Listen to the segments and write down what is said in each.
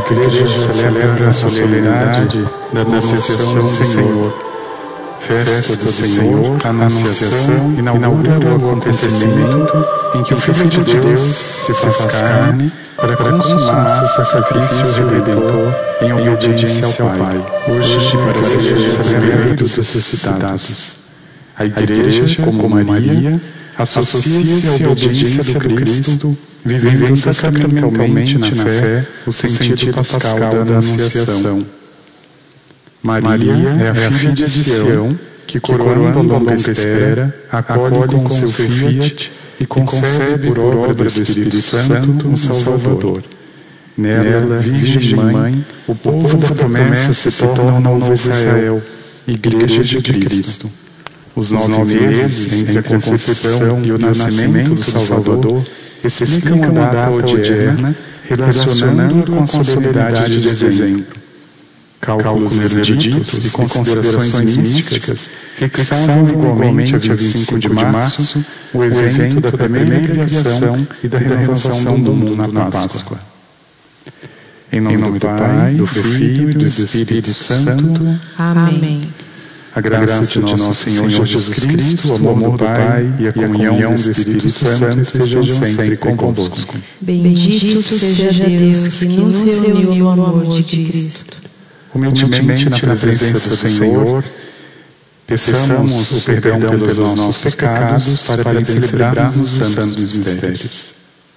Igreja celebra a solenidade da Anunciação do Senhor. Festa do Senhor, a Anunciação inaugura o acontecimento em que o Filho de Deus se faz carne para consumar seu sacrifício redentor em obediência ao Pai. Hoje, para ser celebrado dos ressuscitados. A Igreja, como Maria, associa-se à obediência do Cristo, vivendo sacramentalmente na fé o sentido pascal da Anunciação. Maria é a filha de Sião, que coroando a longa espera, acolhe com seu fiat e concebe por obra do Espírito Santo um Salvador. Nela, Virgem Mãe, o povo da promessa se torna o novo Israel, Igreja de Cristo. Os 9 meses entre a concepção e o nascimento do Salvador explicam a data odierna, relacionando-a com a solenidade de dezembro. Cálculos eruditos e considerações místicas fixavam igualmente a 25 de março o evento da primeira criação e da renovação do mundo na Páscoa. Em nome do Pai, do Filho e do Espírito Santo. Amém. A graça de nosso Senhor Jesus Cristo, o amor do Pai e a comunhão do Espírito Santo estejam sempre convosco. Bendito seja Deus que nos reuniu no amor de Cristo. Humildemente na presença do Senhor, peçamos o perdão pelos nossos pecados para celebrarmos os santos mistérios.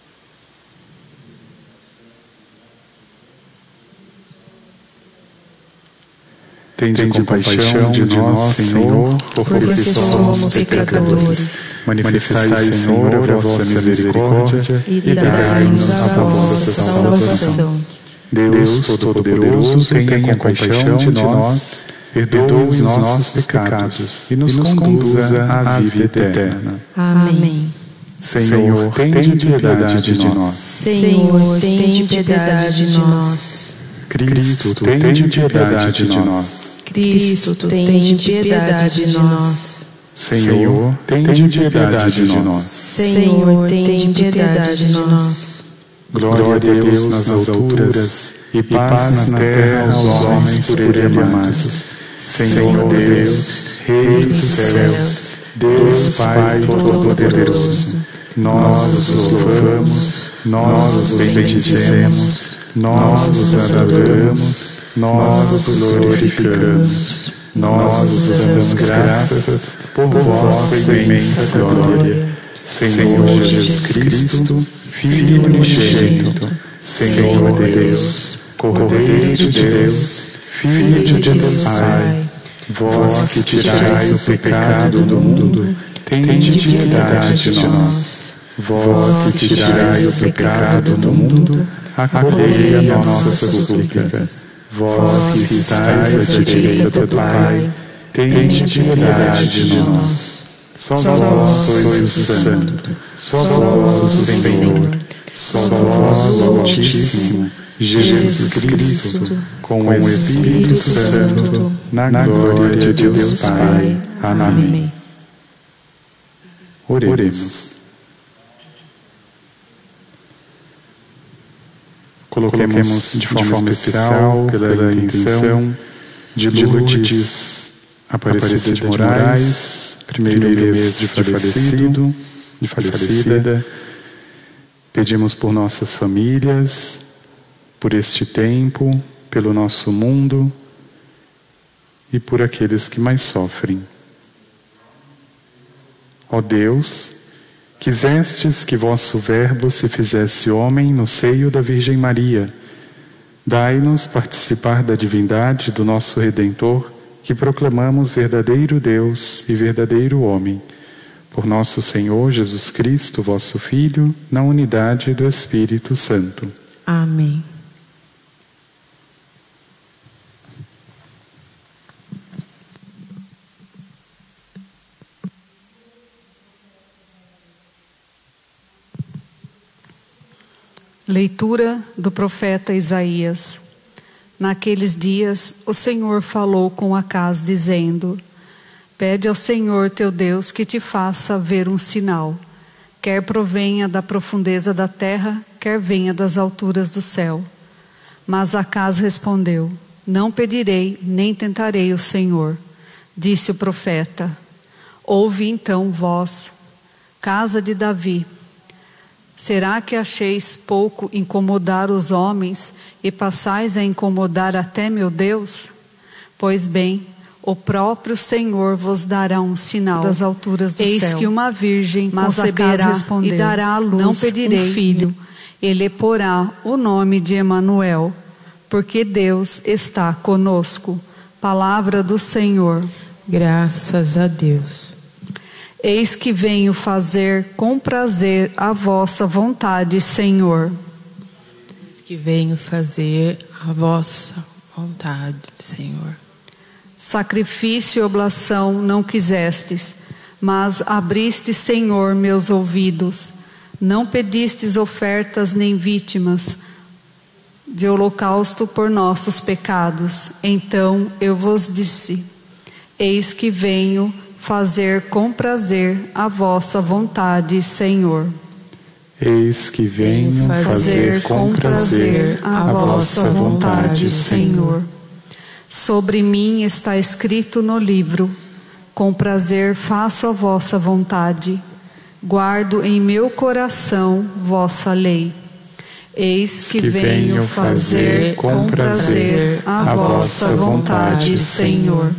Tende compaixão de nós, Senhor, porque somos pecadores. Manifestai, Senhor, a vossa misericórdia e dai-nos a vossa salvação. Deus Todo-Poderoso, tenha compaixão de nós, perdoe os nossos pecados e nos conduza à vida eterna. Amém. Senhor, tende piedade de nós. Senhor, tende piedade de nós. Cristo, tende piedade de nós. Cristo, tende piedade de nós. Senhor, tende piedade de nós. Senhor, tende piedade de nós. Glória a Deus nas alturas e paz na terra aos homens por Ele amados. Senhor Deus, Rei dos céus, Deus Pai Todo-Poderoso, nós os louvamos, nós os bendizemos, nós os adoramos, nós os glorificamos, nós os damos graças por vossa imensa glória. Senhor Jesus Cristo, Filho unigênito, Senhor Deus, Cordeiro de Deus, Filho de Deus Pai, vós que tirais o pecado do mundo, tende piedade de nós. Vós que tirais o pecado do mundo, acolhei a nossa súplica. Vós que estáis à direita do Pai, tende piedade de nós. Só vós sois o Santo, só vós o Senhor, só vós o Altíssimo, Jesus Cristo, com o Espírito Santo, na glória de Deus Pai. Amém. Oremos. Coloquemos de forma especial, pela intenção de Lourdes Aparecida de Moraes, primeiro mês de falecida. Pedimos por nossas famílias, por este tempo, pelo nosso mundo e por aqueles que mais sofrem. Ó Deus, quisestes que vosso Verbo se fizesse homem no seio da Virgem Maria. Dai-nos participar da divindade do nosso Redentor, que proclamamos verdadeiro Deus e verdadeiro homem. Por nosso Senhor Jesus Cristo, vosso Filho, na unidade do Espírito Santo. Amém. Leitura do profeta Isaías. Naqueles dias, o Senhor falou com Acaz, dizendo: Pede ao Senhor teu Deus que te faça ver um sinal, quer provenha da profundeza da terra, quer venha das alturas do céu. Mas Acaz respondeu: não pedirei, nem tentarei o Senhor. Disse o profeta: ouve então vós, casa de Davi. Será que acheis pouco incomodar os homens e passais a incomodar até meu Deus? Pois bem, o próprio Senhor vos dará um sinal das alturas do céu. Eis que uma virgem conceberá e dará à luz não pedirei um filho, e lhe porá o nome de Emanuel, porque Deus está conosco. Palavra do Senhor. Graças a Deus. Eis que venho fazer com prazer a vossa vontade, Senhor. Eis que venho fazer a vossa vontade, Senhor. Sacrifício e oblação não quisestes, mas abriste, Senhor, meus ouvidos. Não pedistes ofertas nem vítimas de holocausto por nossos pecados. Então eu vos disse: eis que venho fazer com prazer a vossa vontade, Senhor. Eis que venho fazer com prazer a vossa vontade, Senhor. Sobre mim está escrito no livro: com prazer faço a vossa vontade. Guardo em meu coração vossa lei. Eis que venho fazer com prazer a vossa vontade, Senhor.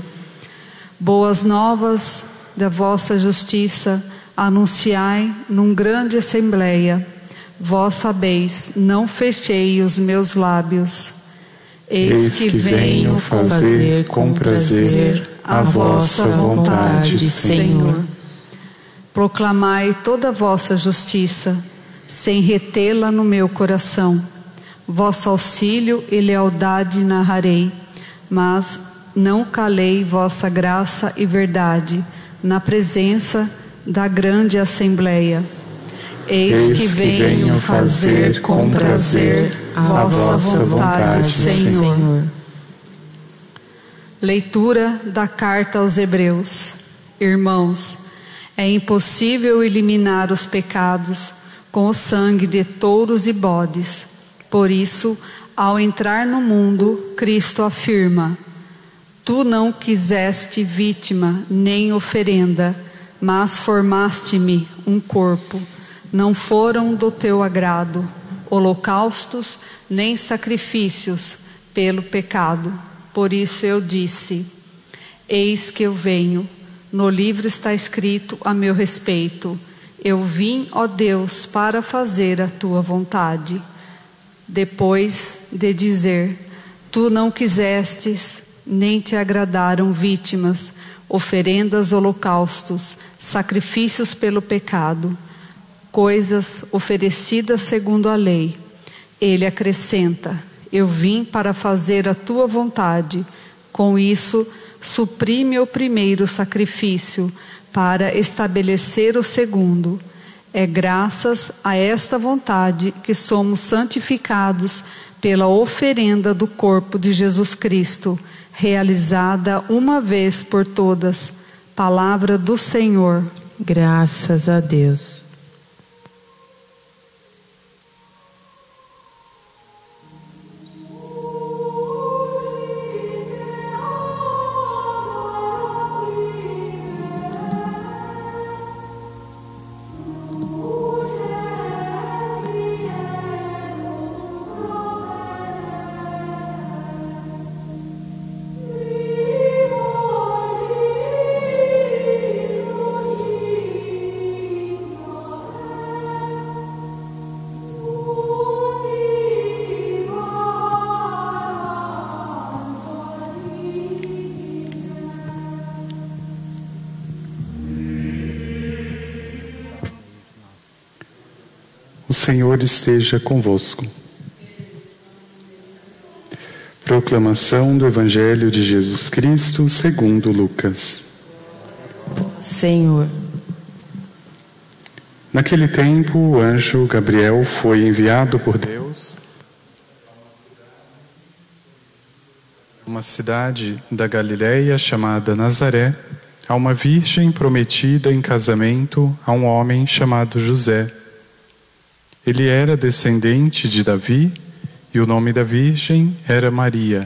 Boas novas da vossa justiça anunciai num grande assembleia. Vós sabeis, não fechei os meus lábios. Eis que venho fazer com prazer a vossa vontade, Senhor. Proclamai toda a vossa justiça, sem retê-la no meu coração. Vosso auxílio e lealdade narrarei, mas não calei vossa graça e verdade na presença da grande assembleia. Eis que venho fazer com prazer a vossa vontade, Senhor. Leitura da carta aos Hebreus. Irmãos, é impossível eliminar os pecados com o sangue de touros e bodes. Por isso, ao entrar no mundo, Cristo afirma: tu não quiseste vítima nem oferenda, mas formaste-me um corpo. Não foram do teu agrado holocaustos nem sacrifícios pelo pecado. Por isso eu disse: eis que eu venho. No livro está escrito a meu respeito: eu vim, ó Deus, para fazer a tua vontade. Depois de dizer: tu não quisestes, nem te agradaram vítimas, oferendas, holocaustos, sacrifícios pelo pecado, coisas oferecidas segundo a lei. Ele acrescenta: eu vim para fazer a tua vontade. Com isso, suprime o primeiro sacrifício, para estabelecer o segundo. É graças a esta vontade que somos santificados pela oferenda do corpo de Jesus Cristo, realizada uma vez por todas. Palavra do Senhor. Graças a Deus. O Senhor esteja convosco. Proclamação do Evangelho de Jesus Cristo segundo Lucas. Senhor. Naquele tempo, o anjo Gabriel foi enviado por Deus a uma cidade da Galileia chamada Nazaré, a uma virgem prometida em casamento a um homem chamado José. Ele era descendente de Davi e o nome da Virgem era Maria.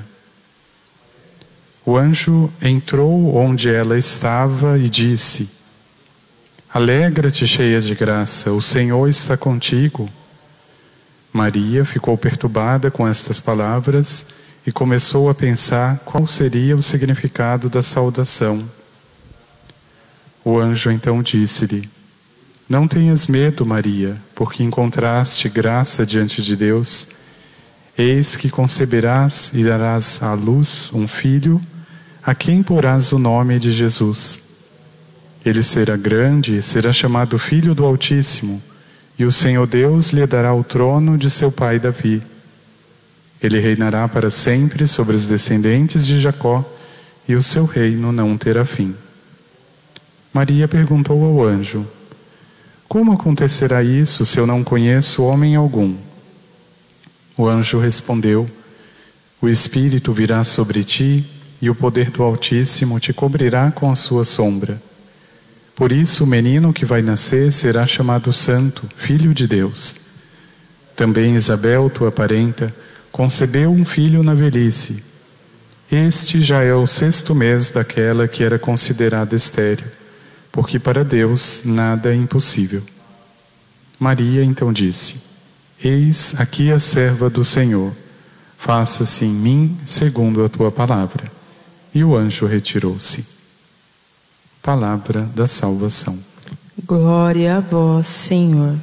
O anjo entrou onde ela estava e disse: Alegra-te, cheia de graça, o Senhor está contigo. Maria ficou perturbada com estas palavras e começou a pensar qual seria o significado da saudação. O anjo então disse-lhe: Não tenhas medo, Maria, porque encontraste graça diante de Deus. Eis que conceberás e darás à luz um filho, a quem porás o nome de Jesus. Ele será grande, será chamado Filho do Altíssimo, e o Senhor Deus lhe dará o trono de seu pai Davi. Ele reinará para sempre sobre os descendentes de Jacó, e o seu reino não terá fim. Maria perguntou ao anjo: Como acontecerá isso se eu não conheço homem algum? O anjo respondeu: O Espírito virá sobre ti, e o poder do Altíssimo te cobrirá com a sua sombra. Por isso o menino que vai nascer será chamado Santo, Filho de Deus. Também Isabel, tua parenta, concebeu um filho na velhice. Este já é o 6º mês daquela que era considerada estéril, porque para Deus nada é impossível. Maria então disse: Eis aqui a serva do Senhor, faça-se em mim segundo a tua palavra. E o anjo retirou-se. Palavra da salvação. Glória a vós, Senhor.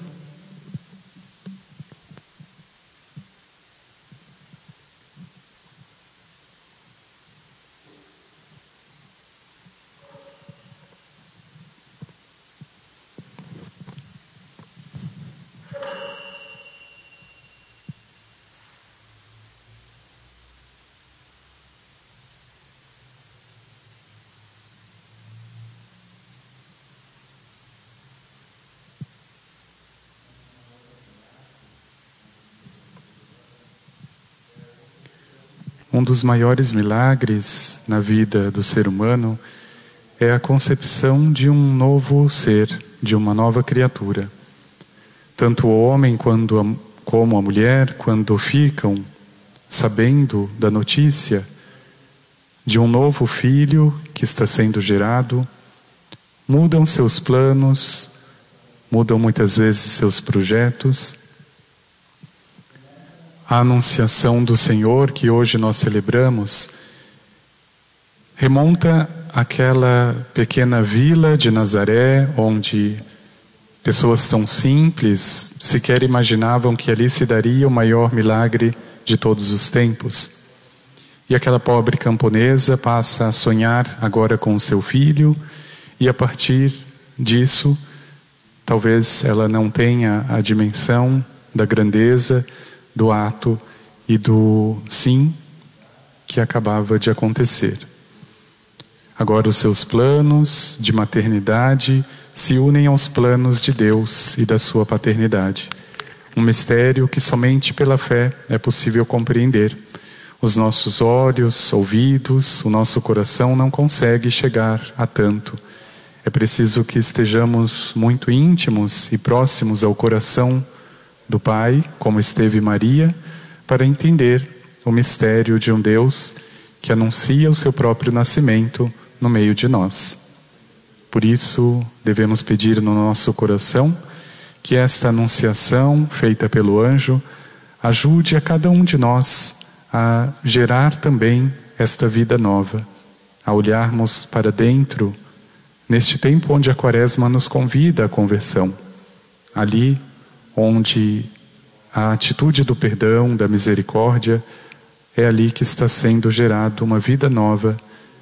Um dos maiores milagres na vida do ser humano é a concepção de um novo ser, de uma nova criatura. Tanto o homem como a mulher, quando ficam sabendo da notícia de um novo filho que está sendo gerado, mudam seus planos, mudam muitas vezes seus projetos. A Anunciação do Senhor, que hoje nós celebramos, remonta àquela pequena vila de Nazaré, onde pessoas tão simples sequer imaginavam que ali se daria o maior milagre de todos os tempos. E aquela pobre camponesa passa a sonhar agora com o seu filho, e a partir disso, talvez ela não tenha a dimensão da grandeza do ato e do sim que acabava de acontecer. Agora os seus planos de maternidade se unem aos planos de Deus e da sua paternidade. Um mistério que somente pela fé é possível compreender. Os nossos olhos, ouvidos, o nosso coração não consegue chegar a tanto. É preciso que estejamos muito íntimos e próximos ao coração do Pai, como esteve Maria, para entender o mistério de um Deus que anuncia o seu próprio nascimento no meio de nós. Por isso, devemos pedir no nosso coração que esta anunciação feita pelo anjo ajude a cada um de nós a gerar também esta vida nova, a olharmos para dentro, neste tempo onde a Quaresma nos convida à conversão, ali onde a atitude do perdão, da misericórdia, é ali que está sendo gerado uma vida nova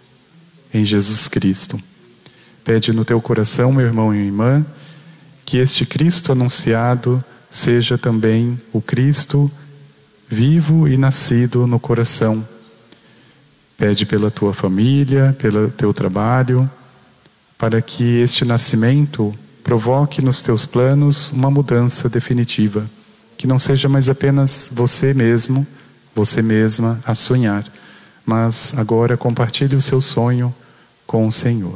em Jesus Cristo. Pede no teu coração, meu irmão e minha irmã, que este Cristo anunciado seja também o Cristo vivo e nascido no coração. Pede pela tua família, pelo teu trabalho, para que este nascimento provoque nos teus planos uma mudança definitiva, que não seja mais apenas você mesmo, você mesma a sonhar, mas agora compartilhe o seu sonho com o Senhor.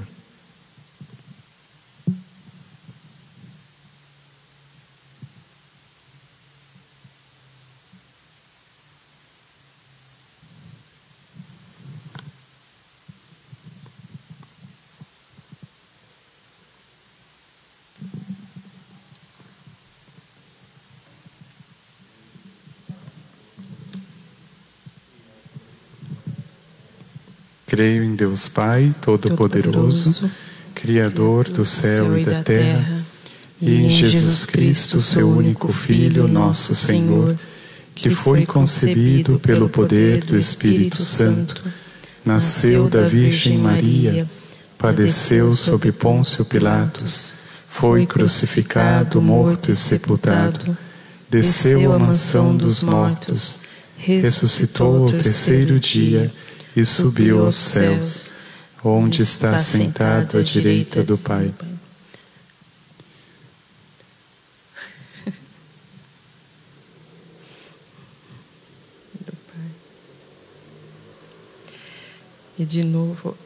Creio em Deus Pai, Todo-Poderoso, Criador do céu e da terra, e em Jesus Cristo, seu único Filho, nosso Senhor, que foi concebido pelo poder do Espírito Santo, nasceu da Virgem Maria, padeceu sob Pôncio Pilatos, foi crucificado, morto e sepultado, desceu à mansão dos mortos, ressuscitou ao terceiro dia e subiu aos céus, onde está sentado à direita do Pai. E de novo.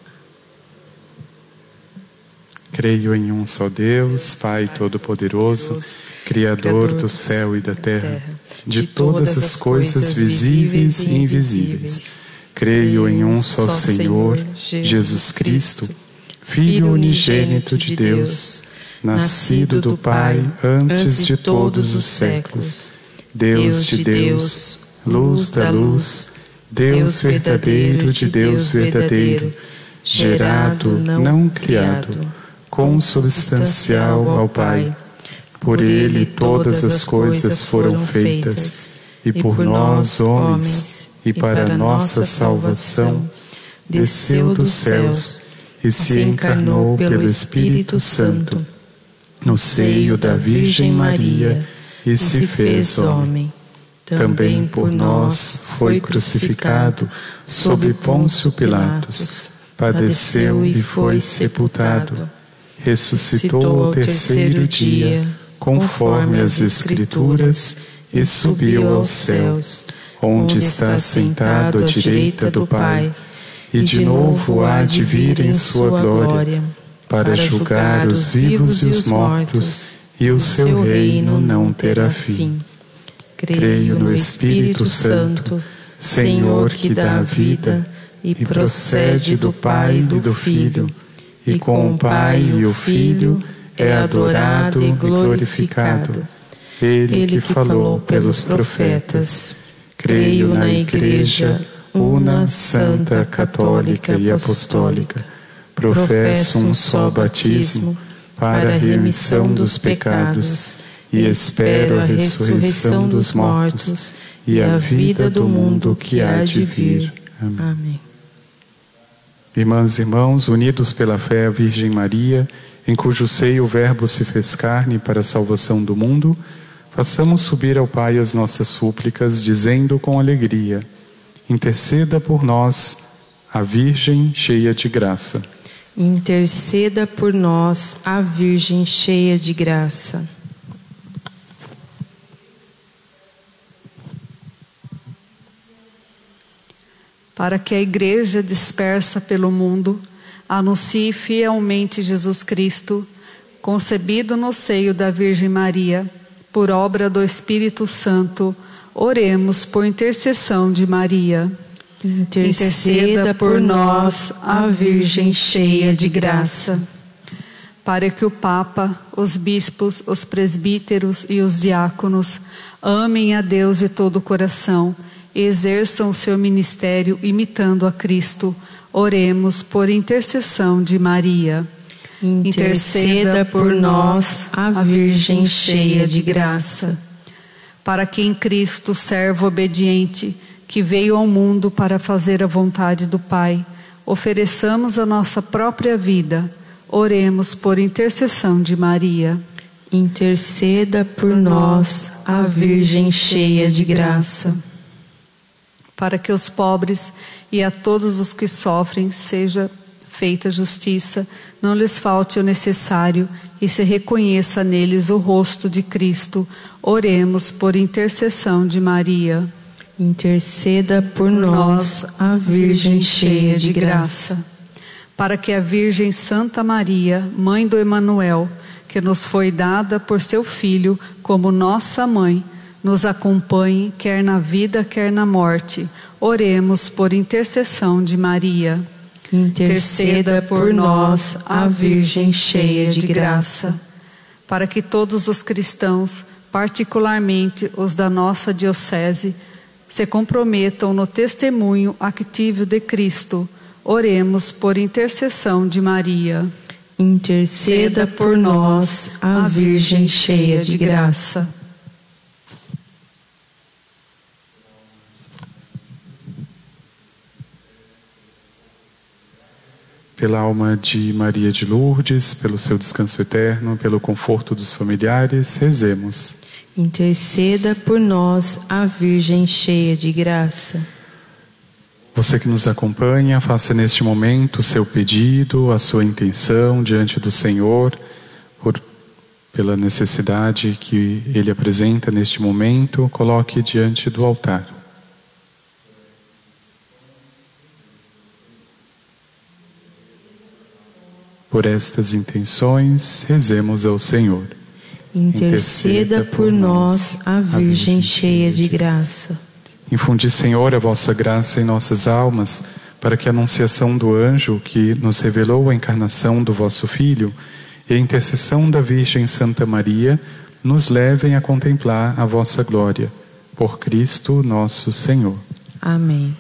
Creio em um só Deus, Pai Todo-Poderoso, Criador do céu e da terra, de todas as coisas visíveis e invisíveis. Creio em um só Senhor, Jesus Cristo, Filho unigênito de Deus, nascido do Pai antes de todos os séculos, Deus de Deus, luz da luz, Deus verdadeiro de Deus verdadeiro, gerado, não criado, consubstancial ao Pai. Por Ele todas as coisas foram feitas, e por nós, homens, e para nossa salvação, desceu dos céus e se encarnou pelo Espírito Santo, no seio da Virgem Maria, e se fez homem. Também por nós foi crucificado sob Pôncio Pilatos, padeceu e foi sepultado, ressuscitou ao terceiro dia, conforme as Escrituras, e subiu aos céus, onde está sentado à direita do Pai, e de novo há de vir em sua glória, para julgar os vivos e os mortos, e o seu reino não terá fim. Creio no Espírito Santo, Senhor que dá a vida, e procede do Pai e do Filho, e com o Pai e o Filho é adorado e glorificado. Ele que falou pelos profetas. Creio na Igreja, una, santa, católica e apostólica. Professo um só batismo para a remissão dos pecados, e espero a ressurreição dos mortos e a vida do mundo que há de vir. Amém. Irmãs e irmãos, unidos pela fé à Virgem Maria, em cujo seio o Verbo se fez carne para a salvação do mundo, façamos subir ao Pai as nossas súplicas, dizendo com alegria: interceda por nós, a Virgem cheia de graça. Interceda por nós, a Virgem cheia de graça. Para que a Igreja dispersa pelo mundo anuncie fielmente Jesus Cristo, concebido no seio da Virgem Maria, por obra do Espírito Santo, oremos por intercessão de Maria. Interceda por nós, a Virgem cheia de graça. Para que o Papa, os bispos, os presbíteros e os diáconos amem a Deus de todo o coração e exerçam o seu ministério imitando a Cristo, oremos por intercessão de Maria. Interceda por nós, a Virgem cheia de graça. Para que em Cristo, servo obediente, que veio ao mundo para fazer a vontade do Pai, ofereçamos a nossa própria vida, oremos por intercessão de Maria. Interceda por nós, a Virgem cheia de graça. Para que os pobres e a todos os que sofrem seja feita justiça, não lhes falte o necessário e se reconheça neles o rosto de Cristo, oremos por intercessão de Maria. Interceda por nós, a Virgem cheia de graça. Para que a Virgem Santa Maria, Mãe do Emanuel, que nos foi dada por seu Filho como nossa Mãe, nos acompanhe, quer na vida, quer na morte. Oremos por intercessão de Maria. Interceda por nós, a Virgem cheia de graça. Para que todos os cristãos, particularmente os da nossa diocese, se comprometam no testemunho ativo de Cristo, Oremos por intercessão de Maria. Interceda por nós, a Virgem cheia de graça. Pela alma de Maria de Lourdes, pelo seu descanso eterno, pelo conforto dos familiares, rezemos. Interceda por nós, a Virgem cheia de graça. Você que nos acompanha, faça neste momento o seu pedido, a sua intenção diante do Senhor, pela necessidade que Ele apresenta neste momento, coloque diante do altar. Por estas intenções, rezemos ao Senhor. Interceda por nós, a Virgem cheia de graça. Infundi, Senhor, a vossa graça em nossas almas, para que a anunciação do anjo que nos revelou a encarnação do vosso Filho e a intercessão da Virgem Santa Maria nos levem a contemplar a vossa glória. Por Cristo nosso Senhor. Amém.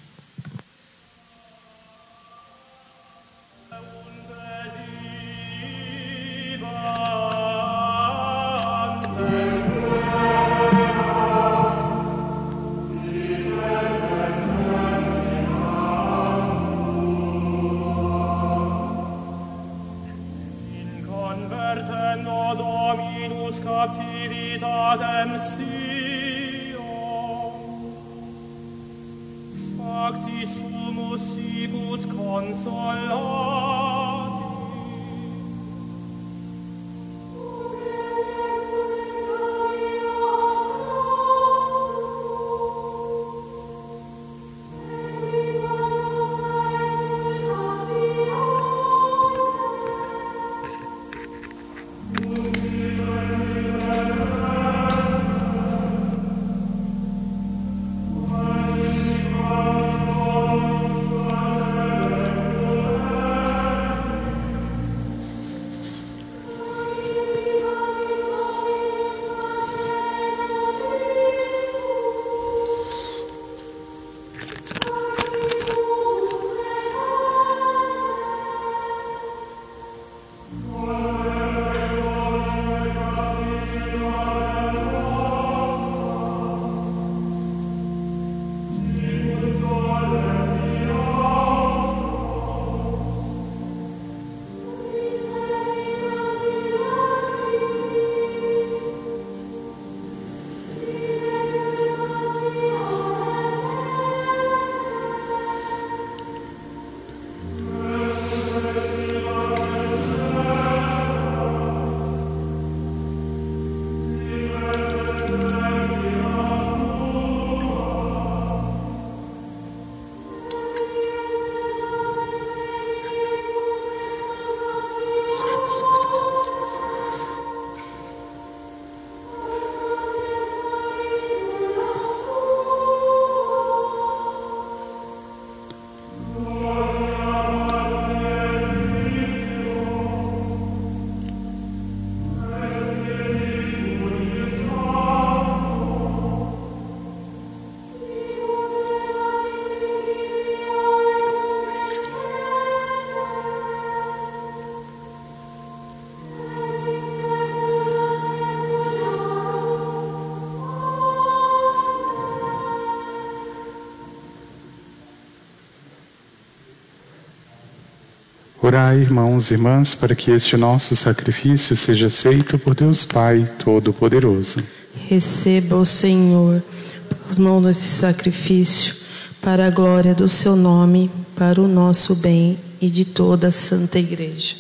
Orai, irmãos e irmãs, para que este nosso sacrifício seja aceito por Deus Pai Todo-Poderoso. Receba o Senhor as mãos desse sacrifício, para a glória do seu nome, para o nosso bem e de toda a Santa Igreja.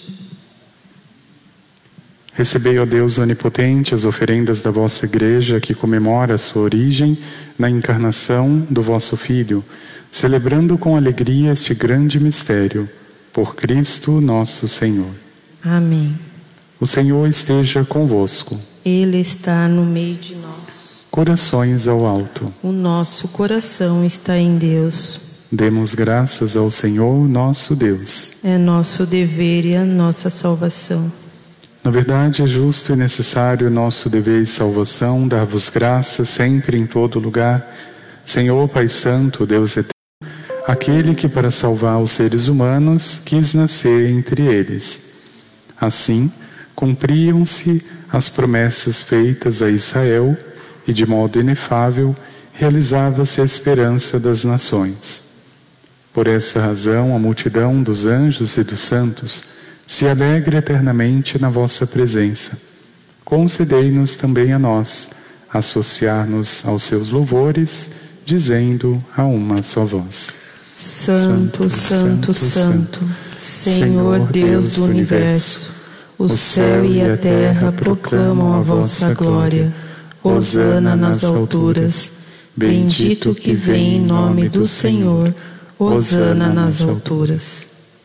Recebei, ó Deus onipotente, as oferendas da vossa Igreja, que comemora a sua origem na encarnação do vosso Filho, celebrando com alegria este grande mistério. Por Cristo nosso Senhor. Amém. O Senhor esteja convosco. Ele está no meio de nós. Corações ao alto. O nosso coração está em Deus. Demos graças ao Senhor nosso Deus. É nosso dever e a nossa salvação. Na verdade, é justo e necessário nosso dever e salvação dar-vos graças sempre em todo lugar, Senhor Pai Santo, Deus eterno, aquele que para salvar os seres humanos quis nascer entre eles. Assim, cumpriam-se as promessas feitas a Israel e, de modo inefável, realizava-se a esperança das nações. Por essa razão, a multidão dos anjos e dos santos se alegra eternamente na vossa presença. Concedei-nos também a nós associar-nos aos seus louvores, dizendo a uma só voz: Santo, Santo, Santo, Senhor Deus do Universo, o céu e a terra proclamam a vossa glória. Hosana nas alturas. Bendito que vem em nome do Senhor. Hosana nas alturas.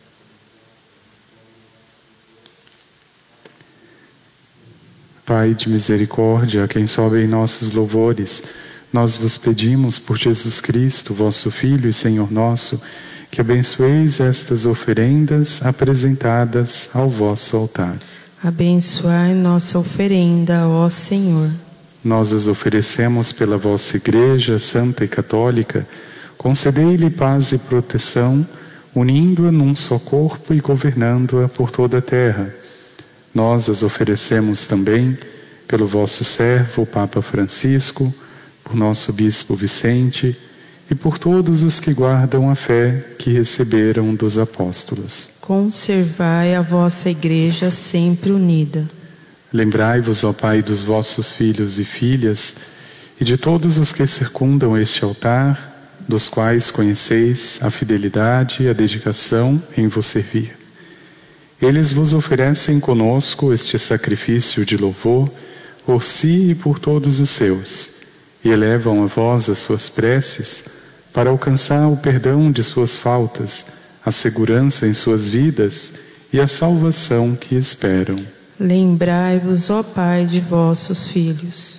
Pai de misericórdia, a quem sobem nossos louvores, nós vos pedimos por Jesus Cristo, vosso Filho e Senhor nosso, que abençoeis estas oferendas apresentadas ao vosso altar. Abençoai nossa oferenda, ó Senhor. Nós as oferecemos pela vossa Igreja Santa e Católica. Concedei-lhe paz e proteção, unindo-a num só corpo e governando-a por toda a terra. Nós as oferecemos também pelo vosso servo, o Papa Francisco, por nosso Bispo Vicente e por todos os que guardam a fé que receberam dos apóstolos. Conservai a vossa Igreja sempre unida. Lembrai-vos, ó Pai, dos vossos filhos e filhas e de todos os que circundam este altar, dos quais conheceis a fidelidade e a dedicação em vos servir. Eles vos oferecem conosco este sacrifício de louvor por si e por todos os seus, e elevam a vós as suas preces para alcançar o perdão de suas faltas, a segurança em suas vidas e a salvação que esperam. Lembrai-vos, ó Pai, de vossos filhos.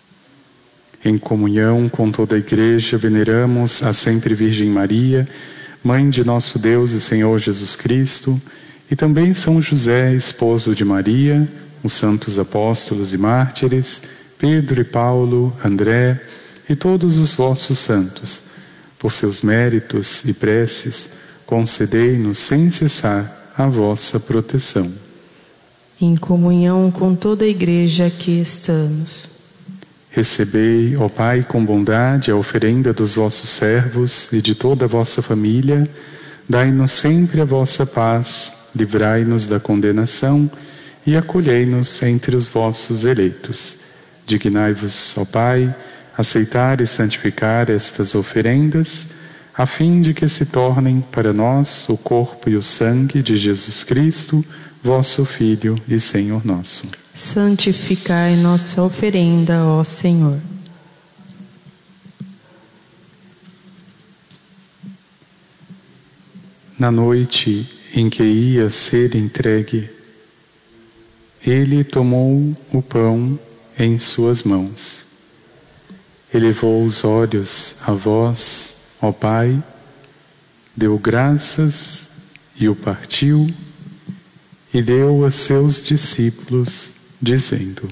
Em comunhão com toda a Igreja, veneramos a sempre Virgem Maria, Mãe de nosso Deus e Senhor Jesus Cristo, e também São José, esposo de Maria, os santos apóstolos e mártires, Pedro e Paulo, André e todos os vossos santos. Por seus méritos e preces, concedei-nos sem cessar a vossa proteção. Em comunhão com toda a Igreja aqui estamos. Recebei, ó Pai, com bondade a oferenda dos vossos servos e de toda a vossa família. Dai-nos sempre a vossa paz, livrai-nos da condenação e acolhei-nos entre os vossos eleitos. Dignai-vos, ó Pai, aceitar e santificar estas oferendas, a fim de que se tornem para nós o corpo e o sangue de Jesus Cristo, vosso Filho e Senhor nosso. Santificai nossa oferenda, ó Senhor. Na noite em que ia ser entregue, ele tomou o pão em suas mãos. Elevou os olhos a vós, ó Pai, deu graças e o partiu, e deu a seus discípulos, dizendo: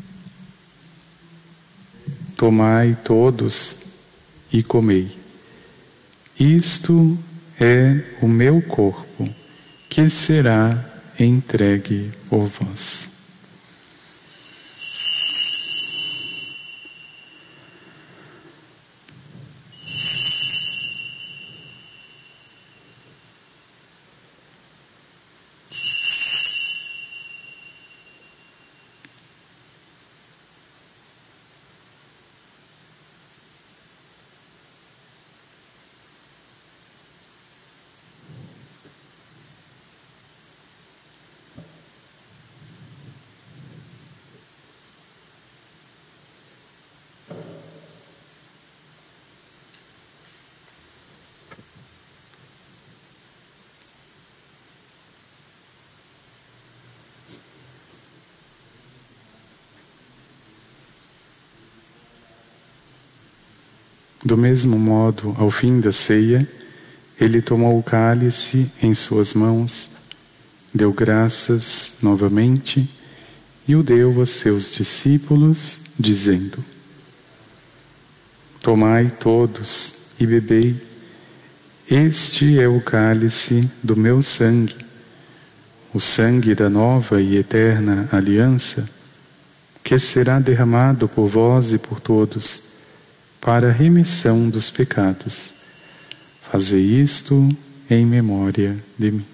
Tomai todos e comei. Isto é o meu corpo, que será entregue por vós. Do mesmo modo, ao fim da ceia, ele tomou o cálice em suas mãos, deu graças novamente e o deu a seus discípulos, dizendo: Tomai todos e bebei, Este é o cálice do meu sangue, o sangue da nova e eterna aliança, que será derramado por vós e por todos, para a remissão dos pecados. Fazei isto em memória de mim.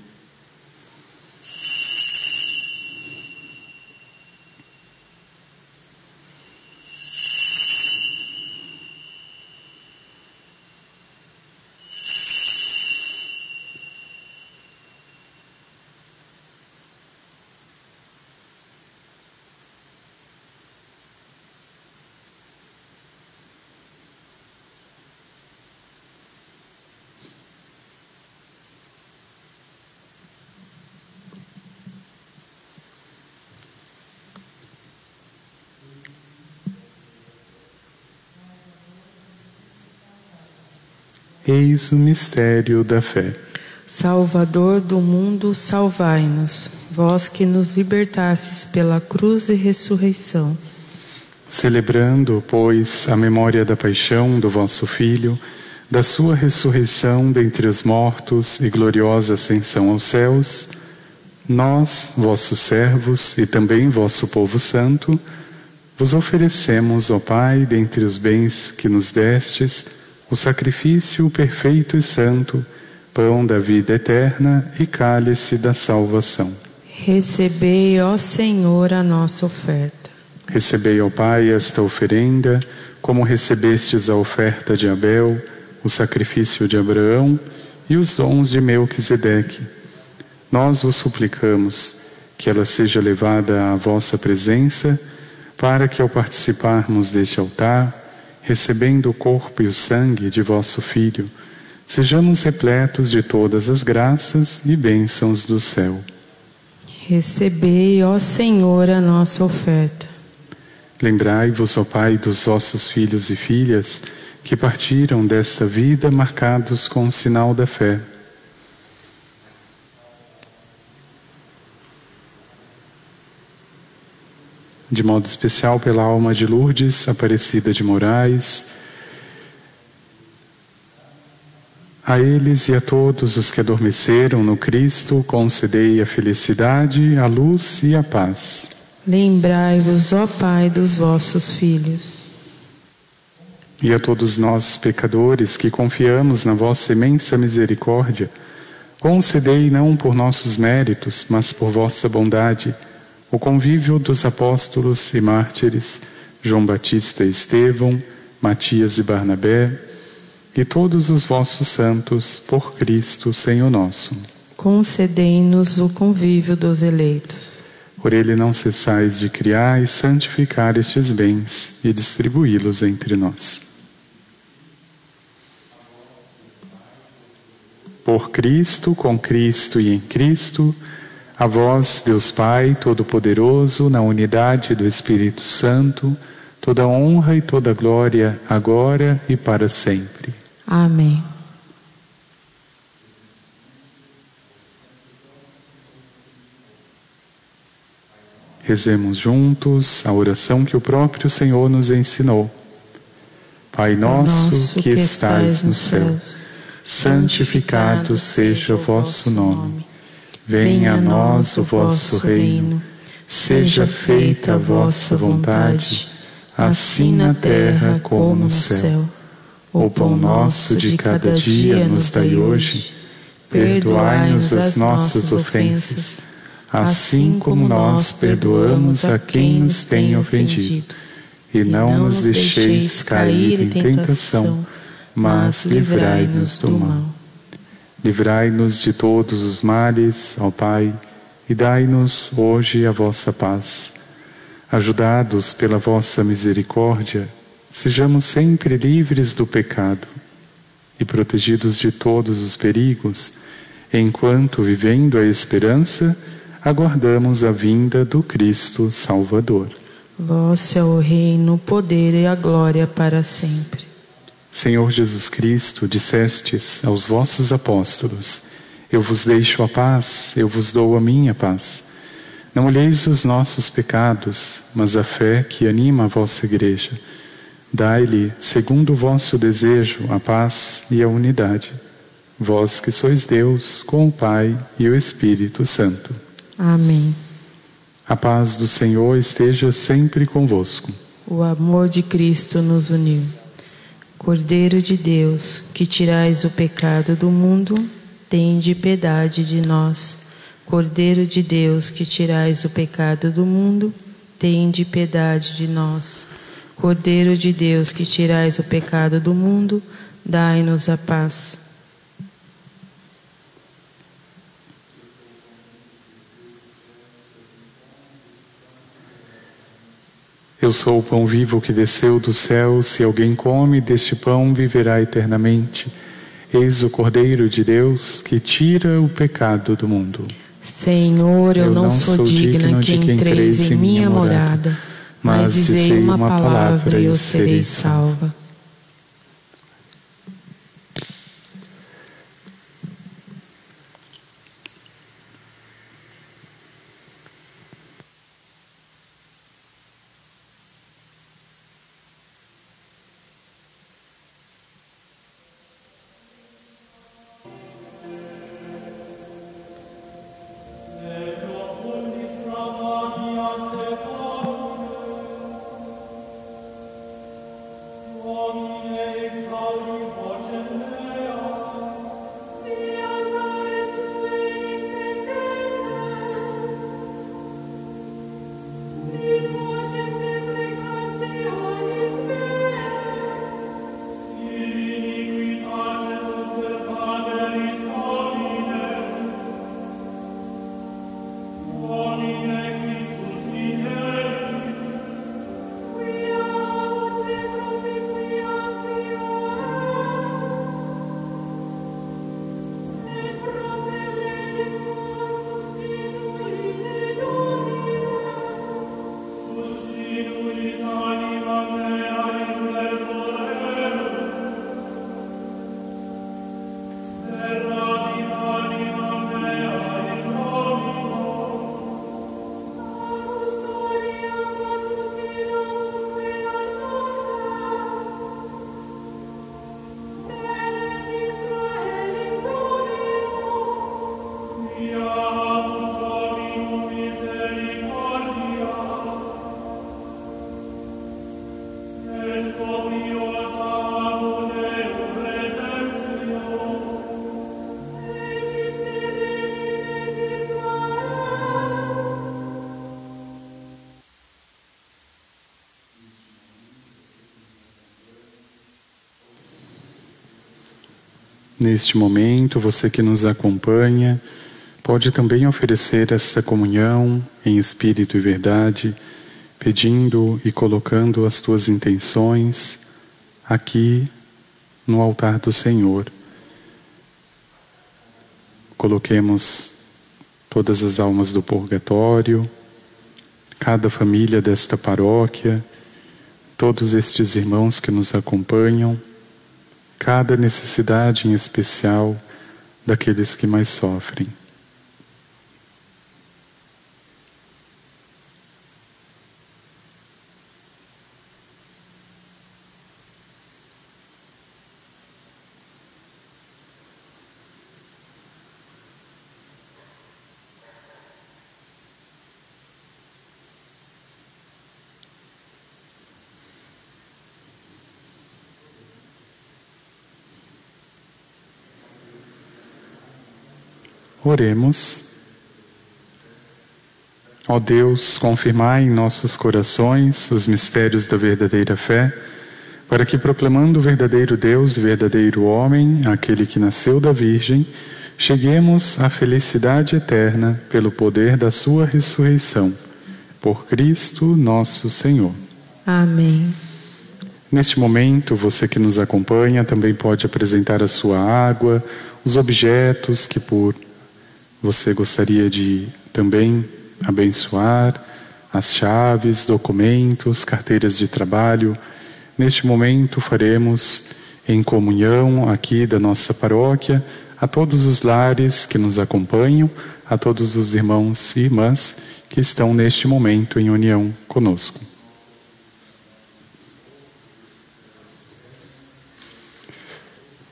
Eis o mistério da fé. Salvador do mundo, salvai-nos, vós que nos libertastes pela cruz e ressurreição. Celebrando, pois, a memória da paixão do vosso Filho, da sua ressurreição dentre os mortos e gloriosa ascensão aos céus, nós, vossos servos e também vosso povo santo, vos oferecemos, ó Pai, dentre os bens que nos destes, o sacrifício perfeito e santo, pão da vida eterna e cálice da salvação. Recebei, ó Senhor, a nossa oferta. Recebei, ó Pai, esta oferenda, como recebestes a oferta de Abel, o sacrifício de Abraão e os dons de Melquisedeque. Nós vos suplicamos que ela seja levada à vossa presença, para que ao participarmos deste altar, recebendo o corpo e o sangue de vosso Filho, sejamos repletos de todas as graças e bênçãos do céu. Recebei, ó Senhor, a nossa oferta. Lembrai-vos, ó Pai, dos vossos filhos e filhas, que partiram desta vida marcados com o sinal da fé. De modo especial pela alma de Lourdes Aparecida de Moraes, a eles e a todos os que adormeceram no Cristo, concedei a felicidade, a luz e a paz. Lembrai-vos, ó Pai, dos vossos filhos. E a todos nós, pecadores, que confiamos na vossa imensa misericórdia, concedei não por nossos méritos, mas por vossa bondade, o convívio dos apóstolos e mártires, João Batista e Estevão, Matias e Barnabé, e todos os vossos santos, por Cristo, Senhor nosso. Concedei-nos o convívio dos eleitos. Por ele não cessais de criar e santificar estes bens e distribuí-los entre nós. Por Cristo, com Cristo e em Cristo, a vós, Deus Pai Todo-Poderoso, na unidade do Espírito Santo, toda honra e toda glória, agora e para sempre. Amém. Rezemos juntos a oração que o próprio Senhor nos ensinou. Pai nosso que estais no céu, santificado seja o vosso nome. Venha a nós o vosso reino, seja feita a vossa vontade, assim na terra como no céu. O pão nosso de cada dia nos dai hoje, perdoai-nos as nossas ofensas, assim como nós perdoamos a quem nos tem ofendido. E não nos deixeis cair em tentação, mas livrai-nos do mal. Livrai-nos de todos os males, ó Pai, e dai-nos hoje a vossa paz. Ajudados pela vossa misericórdia, sejamos sempre livres do pecado e protegidos de todos os perigos, enquanto, vivendo a esperança, aguardamos a vinda do Cristo Salvador. Vosso é o reino, o poder e a glória para sempre. Senhor Jesus Cristo, dissestes aos vossos apóstolos: eu vos deixo a paz, eu vos dou a minha paz. Não olheis os nossos pecados, mas a fé que anima a vossa igreja. Dai-lhe, segundo o vosso desejo, a paz e a unidade. vós que sois Deus, com o Pai e o Espírito Santo. Amém. A paz do Senhor esteja sempre convosco. O amor de Cristo nos uniu. Cordeiro de Deus, que tirais o pecado do mundo, tende piedade de nós. Cordeiro de Deus, que tirais o pecado do mundo, tende piedade de nós. Cordeiro de Deus, que tirais o pecado do mundo, dai-nos a paz. Eu sou o pão vivo que desceu do céu. Se alguém come deste pão, viverá eternamente. Eis o Cordeiro de Deus que tira o pecado do mundo. Senhor, eu não sou digna que entreis em minha morada, mas dizei uma palavra e eu serei salva. Neste momento, você que nos acompanha, pode também oferecer esta comunhão em espírito e verdade, pedindo e colocando as tuas intenções aqui no altar do Senhor. Coloquemos todas as almas do purgatório, cada família desta paróquia, todos estes irmãos que nos acompanham, cada necessidade em especial daqueles que mais sofrem. Oremos. Ó Deus, confirmai em nossos corações os mistérios da verdadeira fé, para que, proclamando o verdadeiro Deus e verdadeiro homem, aquele que nasceu da Virgem, cheguemos à felicidade eterna pelo poder da sua ressurreição. Por Cristo nosso Senhor. Amém. Neste momento, você que nos acompanha também pode apresentar a sua água, os objetos que por você gostaria de também abençoar, as chaves, documentos, carteiras de trabalho. Neste momento faremos em comunhão aqui da nossa paróquia, a todos os lares que nos acompanham, a todos os irmãos e irmãs que estão neste momento em união conosco.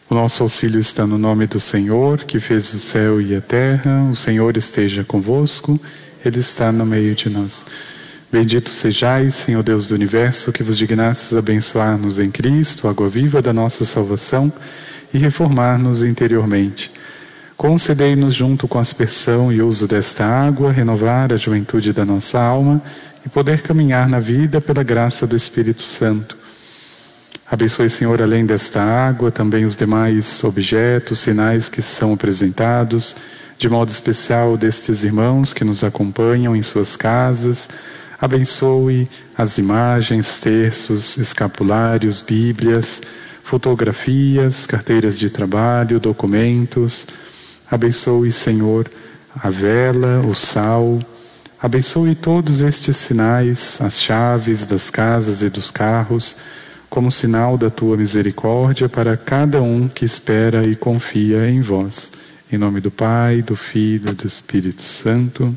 O nosso auxílio está no nome do Senhor, que fez o céu e a terra. O Senhor esteja convosco, Ele está no meio de nós. Bendito sejais, Senhor Deus do Universo, que vos dignastes abençoar-nos em Cristo, água viva da nossa salvação, e reformar-nos interiormente. Concedei-nos, junto com a aspersão e uso desta água, renovar a juventude da nossa alma e poder caminhar na vida pela graça do Espírito Santo. Abençoe, Senhor, além desta água, também os demais objetos, sinais que são apresentados, de modo especial destes irmãos que nos acompanham em suas casas. Abençoe as imagens, terços, escapulários, bíblias, fotografias, carteiras de trabalho, documentos. Abençoe, Senhor, a vela, o sal. Abençoe todos estes sinais, as chaves das casas e dos carros, como sinal da tua misericórdia para cada um que espera e confia em vós. Em nome do Pai, do Filho e do Espírito Santo.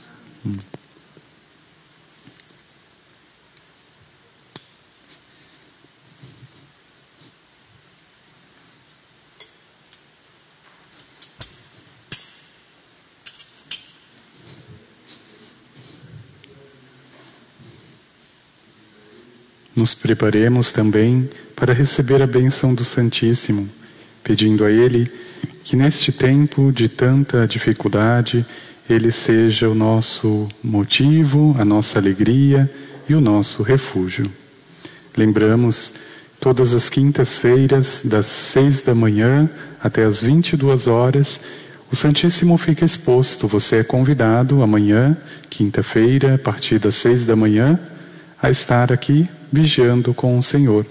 Nos preparemos também para receber a bênção do Santíssimo, pedindo a Ele que neste tempo de tanta dificuldade, Ele seja o nosso motivo, a nossa alegria e o nosso refúgio. Lembramos, todas as quintas-feiras, das 6 da manhã até as 22 horas, o Santíssimo fica exposto. Você é convidado amanhã, quinta-feira, a partir das 6 da manhã, a estar aqui vigiando com o Senhor.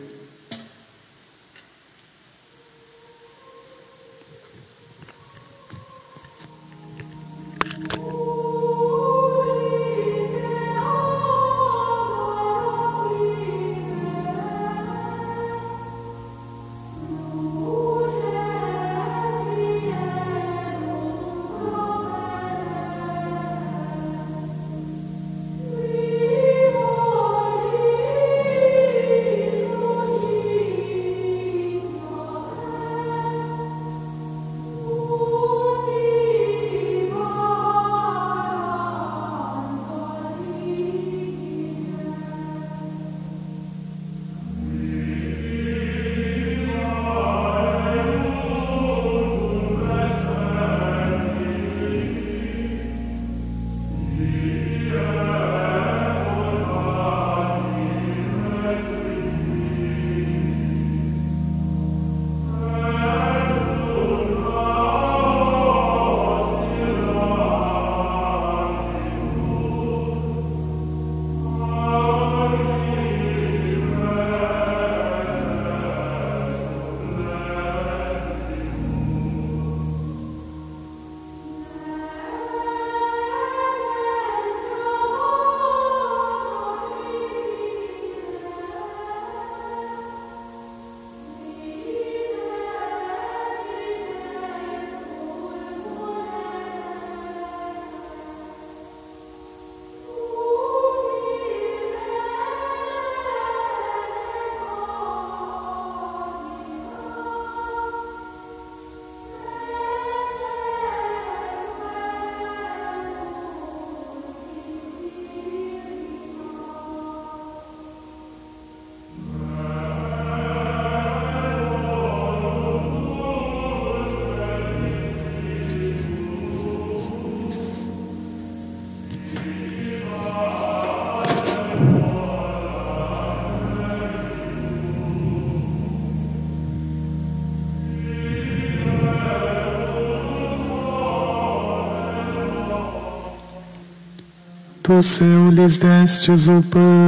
Do céu lhes destes o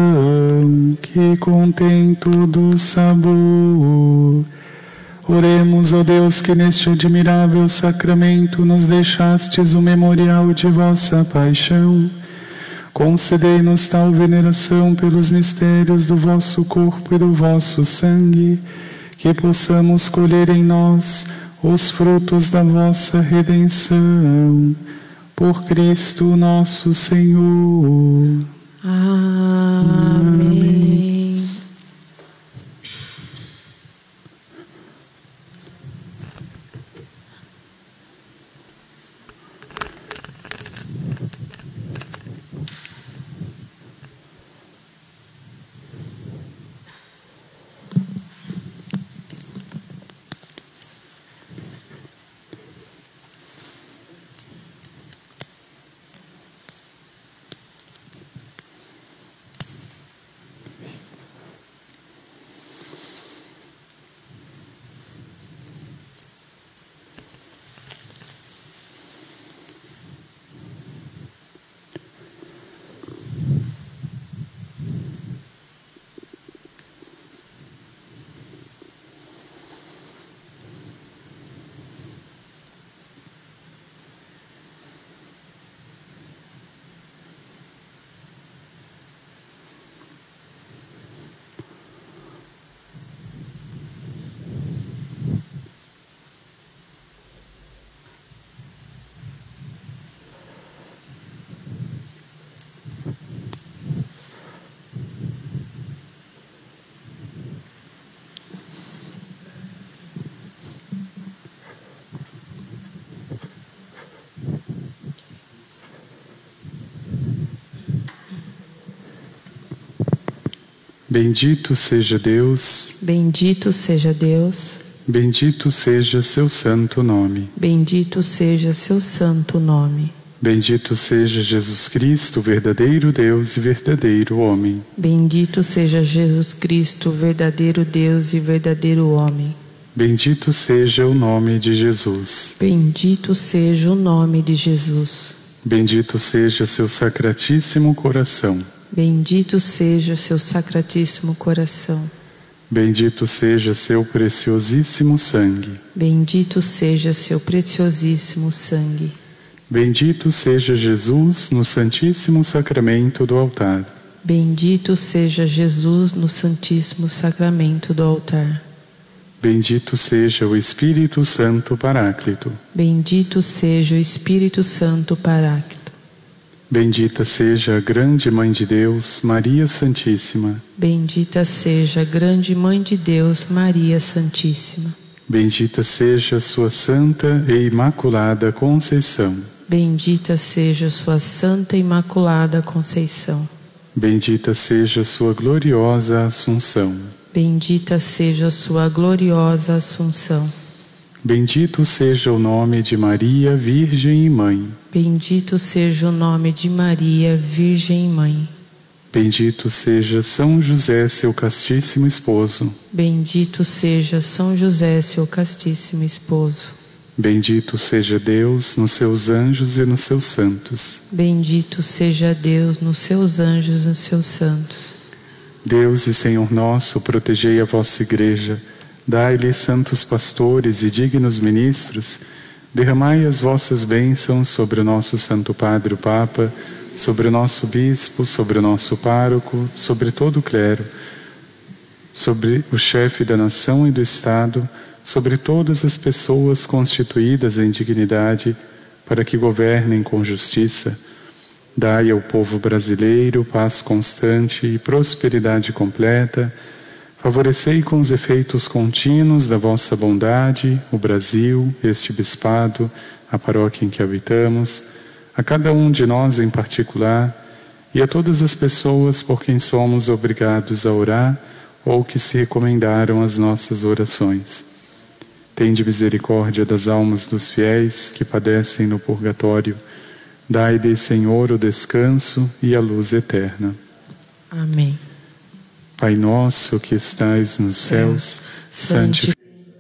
pão, que contém todo o sabor. Oremos, ó Deus, que neste admirável sacramento nos deixastes o memorial de vossa paixão. Concedei-nos tal veneração pelos mistérios do vosso corpo e do vosso sangue, que possamos colher em nós os frutos da vossa redenção. Por Cristo nosso Senhor. Amém. Bendito seja Deus. Bendito seja Deus. Bendito seja seu santo nome. Bendito seja seu santo nome. Bendito seja Jesus Cristo, verdadeiro Deus e verdadeiro homem. Bendito seja Jesus Cristo, verdadeiro Deus e verdadeiro homem. Bendito seja o nome de Jesus. Bendito seja o nome de Jesus. Bendito seja seu sacratíssimo coração. Bendito seja seu sacratíssimo coração. Bendito seja seu preciosíssimo sangue. Bendito seja seu preciosíssimo sangue. Bendito seja Jesus no Santíssimo Sacramento do altar. Bendito seja Jesus no Santíssimo Sacramento do altar. Bendito seja o Espírito Santo Paráclito. Bendito seja o Espírito Santo Paráclito. Bendita seja a grande Mãe de Deus, Maria Santíssima. Bendita seja a grande Mãe de Deus, Maria Santíssima. Bendita seja sua santa e imaculada Conceição. Bendita seja sua santa e imaculada Conceição. Bendita seja sua gloriosa Assunção. Bendita seja sua gloriosa Assunção. Bendito seja o nome de Maria, Virgem e Mãe. Bendito seja o nome de Maria, Virgem e Mãe. Bendito seja São José, seu castíssimo esposo. Bendito seja São José, seu castíssimo esposo. Bendito seja Deus nos seus anjos e nos seus santos. Bendito seja Deus nos seus anjos e nos seus santos. Deus e Senhor nosso, protegei a vossa Igreja, dai-lhe santos pastores e dignos ministros, derramai as vossas bênçãos sobre o nosso Santo Padre o Papa, sobre o nosso Bispo, sobre o nosso Pároco, sobre todo o clero, sobre o chefe da nação e do Estado, sobre todas as pessoas constituídas em dignidade, para que governem com justiça. Dai ao povo brasileiro paz constante e prosperidade completa. Favorecei com os efeitos contínuos da vossa bondade o Brasil, este bispado, a paróquia em que habitamos, a cada um de nós em particular e a todas as pessoas por quem somos obrigados a orar ou que se recomendaram às nossas orações. Tende misericórdia das almas dos fiéis que padecem no purgatório. Dai-lhe, Senhor, o descanso e a luz eterna. Amém. Pai nosso que estais nos céus, santificado.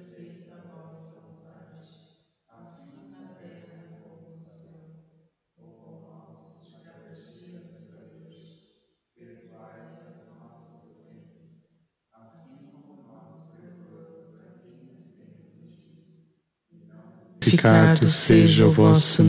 Santificado seja o vosso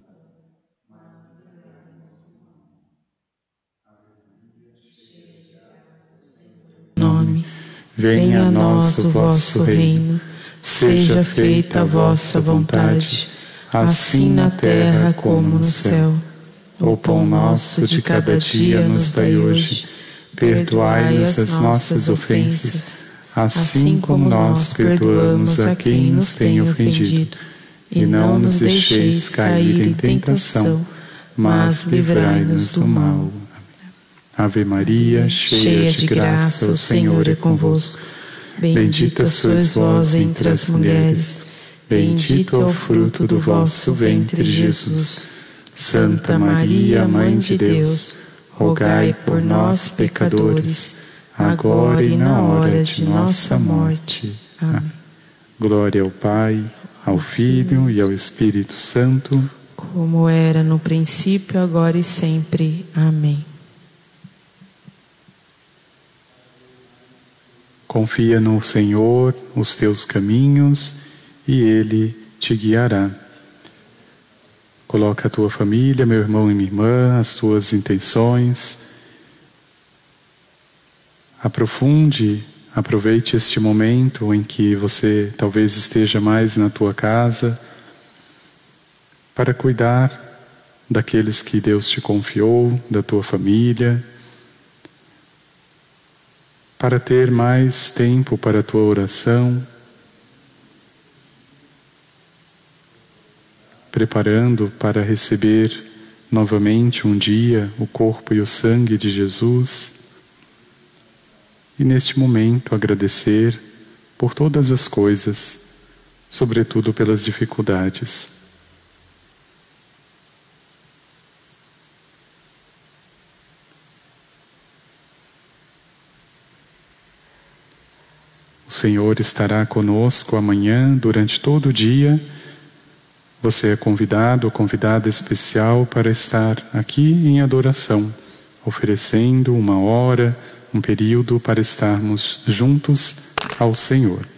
nome. Venha a nós o vosso reino. Seja feita a vossa vontade, assim na terra como no céu. O pão nosso de cada dia nos dai hoje. Perdoai-nos as nossas ofensas, assim como nós perdoamos a quem nos tem ofendido. E não nos deixeis cair em tentação, mas livrai-nos do mal. Ave Maria, cheia de graça, o Senhor é convosco. Bendita sois vós entre as mulheres, bendito é o fruto do vosso ventre, Jesus. Santa Maria, Mãe de Deus, rogai por nós, pecadores, agora e na hora de nossa morte. Amém. Glória ao Pai, ao Filho e ao Espírito Santo, como era no princípio, agora e sempre. Amém. Confia no Senhor os teus caminhos e Ele te guiará. Coloca a tua família, meu irmão e minha irmã, as tuas intenções. Aproveite este momento em que você talvez esteja mais na tua casa para cuidar daqueles que Deus te confiou, da tua família, para ter mais tempo para a tua oração, preparando para receber novamente um dia o corpo e o sangue de Jesus. e neste momento agradecer por todas as coisas, sobretudo pelas dificuldades. O Senhor estará conosco amanhã, durante todo o dia. Você é convidado ou convidada especial para estar aqui em adoração, oferecendo uma hora, um período para estarmos juntos ao Senhor.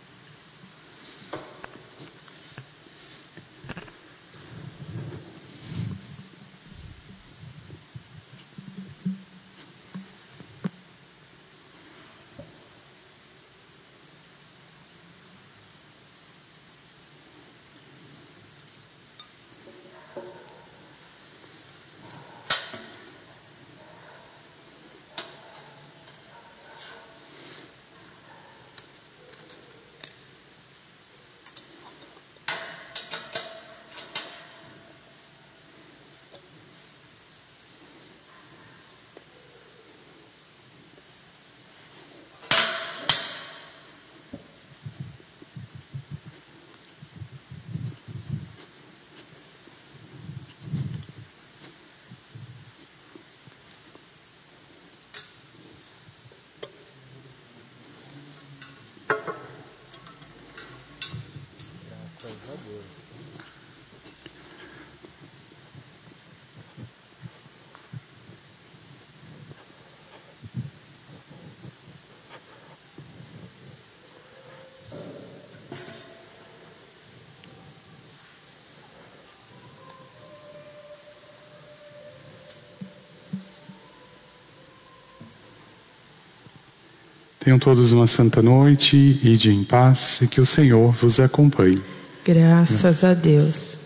Tenham todos uma santa noite, ide em paz e que o Senhor vos acompanhe. Graças a Deus.